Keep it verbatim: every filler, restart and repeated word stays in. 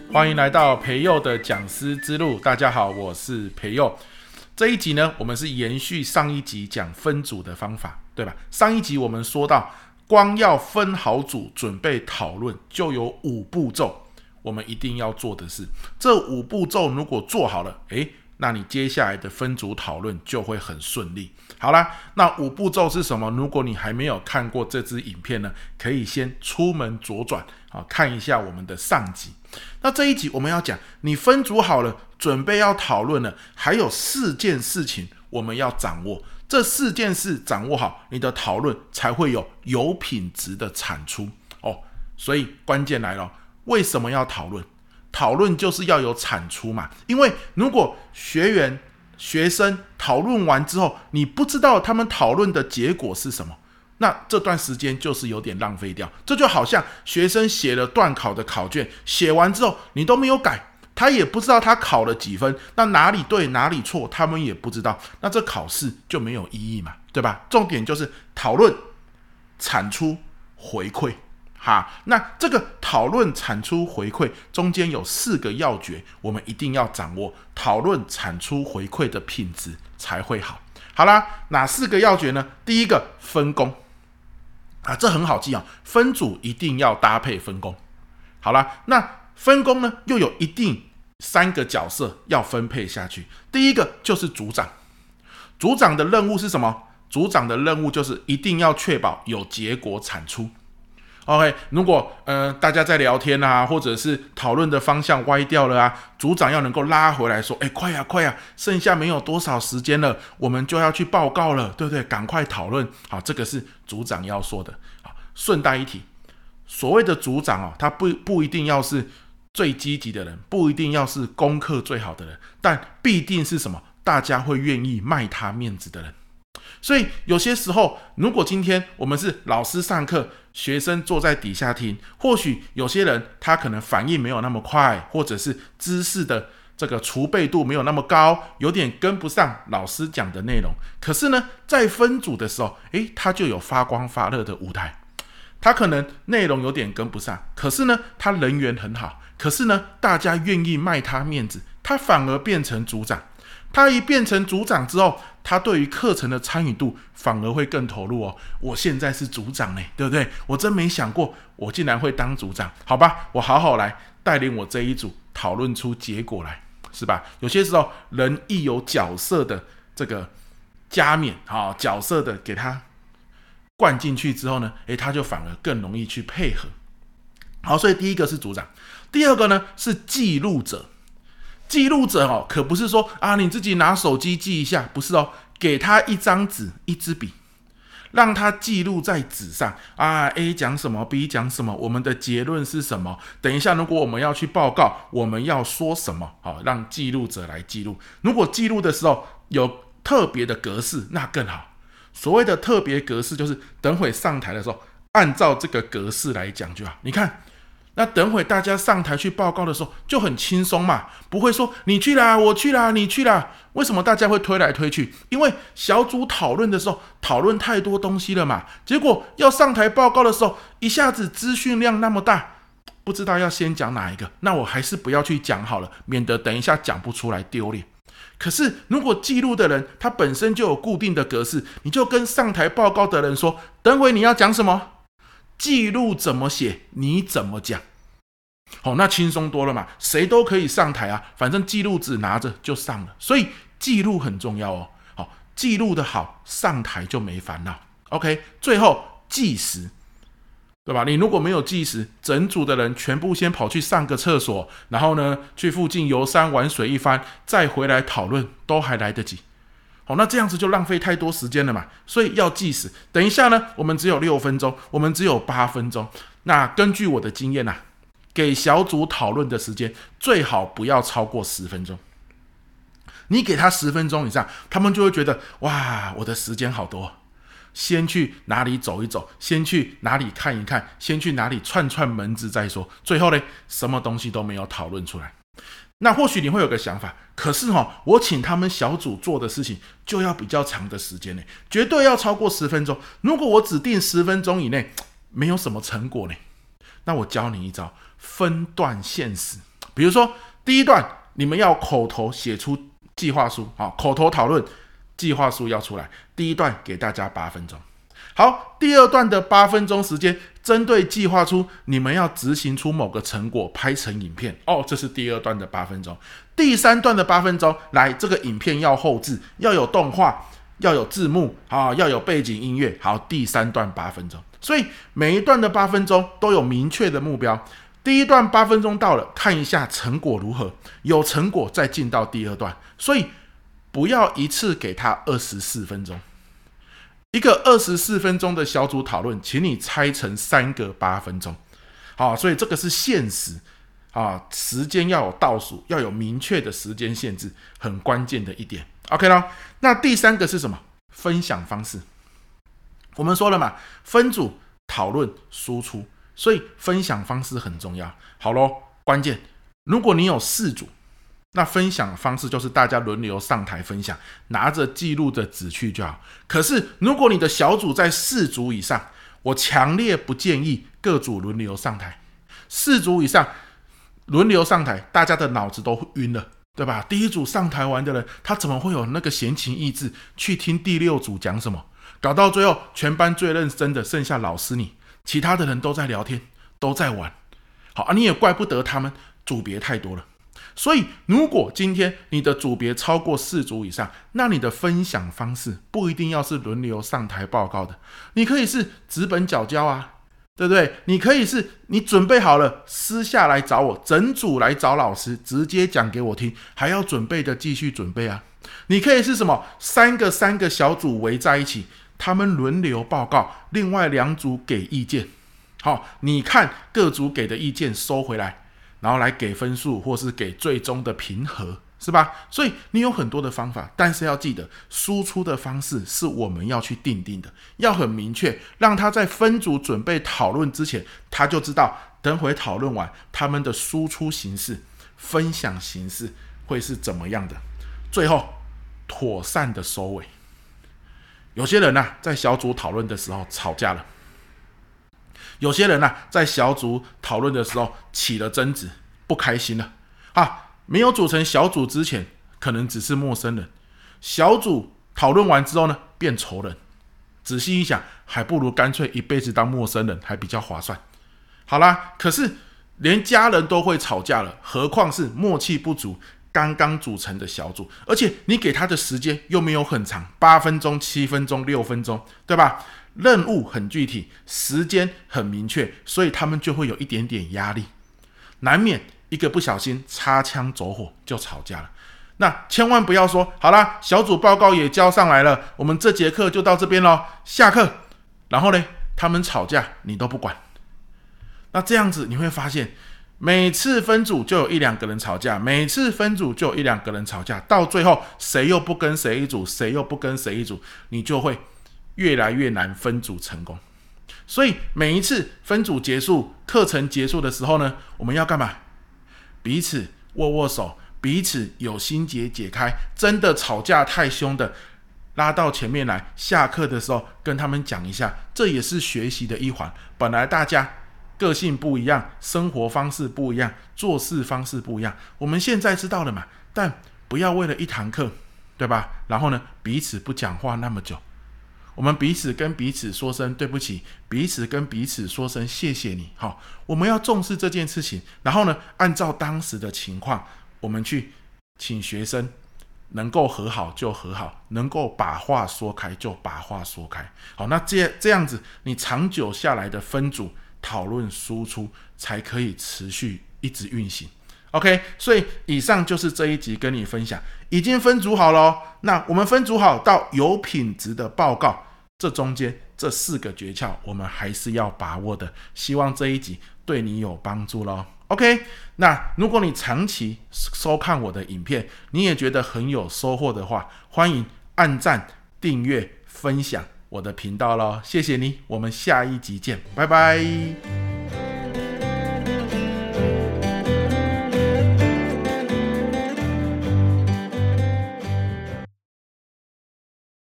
欢迎来到培佑的讲师之路。大家好，我是培佑。这一集呢，我们是延续上一集讲分组的方法，对吧？上一集我们说到，光要分好组准备讨论，就有五步骤，我们一定要做的事。这五步骤如果做好了，诶，那你接下来的分组讨论就会很顺利。好啦，那五步骤是什么？如果你还没有看过这支影片呢，可以先出门左转啊，看一下我们的上集。那这一集我们要讲，你分组好了，准备要讨论了，还有四件事情我们要掌握。这四件事掌握好，你的讨论才会有有品质的产出哦。所以关键来了，为什么要讨论？讨论就是要有产出嘛。因为如果学员、学生讨论完之后，你不知道他们讨论的结果是什么，那这段时间就是有点浪费掉。这就好像学生写了段考的考卷，写完之后你都没有改，他也不知道他考了几分，那哪里对哪里错他们也不知道，那这考试就没有意义嘛，对吧？重点就是讨论、产出、回馈。哈，那这个讨论、产出、回馈中间有四个要诀，我们一定要掌握，讨论、产出、回馈的品质才会好。好啦，哪四个要诀呢？第一个，分工啊，这很好记啊，分组一定要搭配分工。好啦，那分工呢，又有一定三个角色要分配下去。第一个就是组长，组长的任务是什么？组长的任务就是一定要确保有结果产出。OK， 如果呃大家在聊天啊，或者是讨论的方向歪掉了啊，组长要能够拉回来说，哎，快呀快呀，剩下没有多少时间了，我们就要去报告了，对不对？赶快讨论。好，这个是组长要说的。好，顺带一提，所谓的组长哦，他不不一定要是最积极的人，不一定要是功课最好的人，但必定是什么？大家会愿意卖他面子的人。所以有些时候，如果今天我们是老师上课，学生坐在底下听，或许有些人他可能反应没有那么快，或者是知识的这个储备度没有那么高，有点跟不上老师讲的内容。可是呢，在分组的时候，诶，他就有发光发热的舞台。他可能内容有点跟不上，可是呢，他人缘很好，可是呢，大家愿意卖他面子，他反而变成组长。他一变成组长之后，他对于课程的参与度反而会更投入哦。我现在是组长呢，对不对？我真没想过我竟然会当组长。好吧，我好好来带领我这一组讨论出结果来，是吧？有些时候人一有角色的这个加冕，好，角色的给他灌进去之后呢，诶，他就反而更容易去配合。好，所以第一个是组长，第二个呢是记录者。记录者哦，可不是说啊，你自己拿手机记一下，不是哦，给他一张纸、一支笔，让他记录在纸上啊。A 讲什么 ，B 讲什么，我们的结论是什么？等一下，如果我们要去报告，我们要说什么？好，让记录者来记录。如果记录的时候有特别的格式，那更好。所谓的特别格式，就是等会上台的时候，按照这个格式来讲就好。你看。那等会大家上台去报告的时候就很轻松嘛，不会说你去啦，我去啦，你去啦。为什么大家会推来推去？因为小组讨论的时候讨论太多东西了嘛，结果要上台报告的时候，一下子资讯量那么大，不知道要先讲哪一个，那我还是不要去讲好了，免得等一下讲不出来丢脸。可是如果记录的人他本身就有固定的格式，你就跟上台报告的人说，等会你要讲什么，记录怎么写，你怎么讲。好，那轻松多了嘛，谁都可以上台啊，反正记录纸拿着就上了。所以记录很重要哦。好，记录的好，上台就没烦恼。OK， 最后计时，对吧？你如果没有计时，整组的人全部先跑去上个厕所，然后呢，去附近游山玩水一番，再回来讨论，都还来得及。好，那这样子就浪费太多时间了嘛，所以要计时。等一下呢，我们只有六分钟，我们只有八分钟。那根据我的经验啊，给小组讨论的时间最好不要超过十分钟。你给他十分钟以上，他们就会觉得哇，我的时间好多。先去哪里走一走，先去哪里看一看，先去哪里串串门子再说。最后呢，什么东西都没有讨论出来。那或许你会有个想法，可是哦，我请他们小组做的事情就要比较长的时间呢，绝对要超过十分钟。如果我只定十分钟以内，没有什么成果呢。那我教你一招，分段限时。 比如说第一段你们要口头写出计划书，好，口头讨论计划书要出来，第一段给大家八分钟。好，第二段的八分钟时间，针对计划出你们要执行出某个成果，拍成影片哦，这是第二段的八分钟。第三段的八分钟，来，这个影片要后制，要有动画，要有字幕啊，要有背景音乐。好，第三段八分钟，所以每一段的八分钟都有明确的目标。第一段八分钟到了，看一下成果如何，有成果再进到第二段，所以不要一次给他二十四分钟。一个二十四分钟的小组讨论，请你拆成三个八分钟。好，所以这个是限时啊，时间要有倒数，要有明确的时间限制，很关键的一点。OK 咯，那第三个是什么？分享方式。我们说了嘛，分组讨论输出，所以分享方式很重要。好咯，关键，如果你有四组，那分享方式就是大家轮流上台分享，拿着记录的纸去就好。可是如果你的小组在四组以上，我强烈不建议各组轮流上台。四组以上轮流上台，大家的脑子都晕了，对吧？第一组上台完的人，他怎么会有那个闲情逸致去听第六组讲什么？搞到最后，全班最认真的剩下老师你，其他的人都在聊天，都在玩。好啊，你也怪不得他们，组别太多了。所以如果今天你的组别超过四组以上，那你的分享方式不一定要是轮流上台报告的，你可以是纸本缴交啊，对不对？你可以是你准备好了私下来找我，整组来找老师直接讲给我听，还要准备的继续准备啊。你可以是什么？三个三个小组围在一起，他们轮流报告，另外两组给意见。好，你看各组给的意见收回来，然后来给分数，或是给最终的评核，是吧？所以你有很多的方法，但是要记得，输出的方式是我们要去定定的，要很明确，让他在分组准备讨论之前，他就知道等会讨论完他们的输出形式、分享形式会是怎么样的。最后，妥善的收尾。有些人啊，在小组讨论的时候吵架了。有些人啊，在小组讨论的时候起了争执，不开心了啊！没有组成小组之前，可能只是陌生人；小组讨论完之后呢，变仇人。仔细一想，还不如干脆一辈子当陌生人，还比较划算。好啦，可是连家人都会吵架了，何况是默契不足、刚刚组成的小组？而且你给他的时间又没有很长，八分钟、七分钟、六分钟，对吧？任务很具体，时间很明确，所以他们就会有一点点压力，难免一个不小心擦枪走火就吵架了。那千万不要说好啦，小组报告也交上来了，我们这节课就到这边咯，下课。然后呢，他们吵架你都不管。那这样子你会发现，每次分组就有一两个人吵架，每次分组就有一两个人吵架，到最后谁又不跟谁一组，谁又不跟谁一组，你就会越来越难分组成功。所以每一次分组结束、课程结束的时候呢，我们要干嘛？彼此握握手，彼此有心结解开。真的吵架太凶的，拉到前面来，下课的时候跟他们讲一下，这也是学习的一环。本来大家个性不一样，生活方式不一样，做事方式不一样，我们现在知道了嘛？但不要为了一堂课，对吧？然后呢，彼此不讲话那么久。我们彼此跟彼此说声对不起，彼此跟彼此说声谢谢你。好，我们要重视这件事情，然后呢，按照当时的情况，我们去请学生能够和好就和好，能够把话说开就把话说开。好，那这这样子，你长久下来的分组讨论输出才可以持续一直运行。OK， 所以以上就是这一集跟你分享，已经分组好了哦。那我们分组好到有品质的报告，这中间这四个诀窍我们还是要把握的。希望这一集对你有帮助咯。OK， 那如果你长期收看我的影片，你也觉得很有收获的话，欢迎按赞、订阅、分享我的频道咯。谢谢你，我们下一集见，拜拜。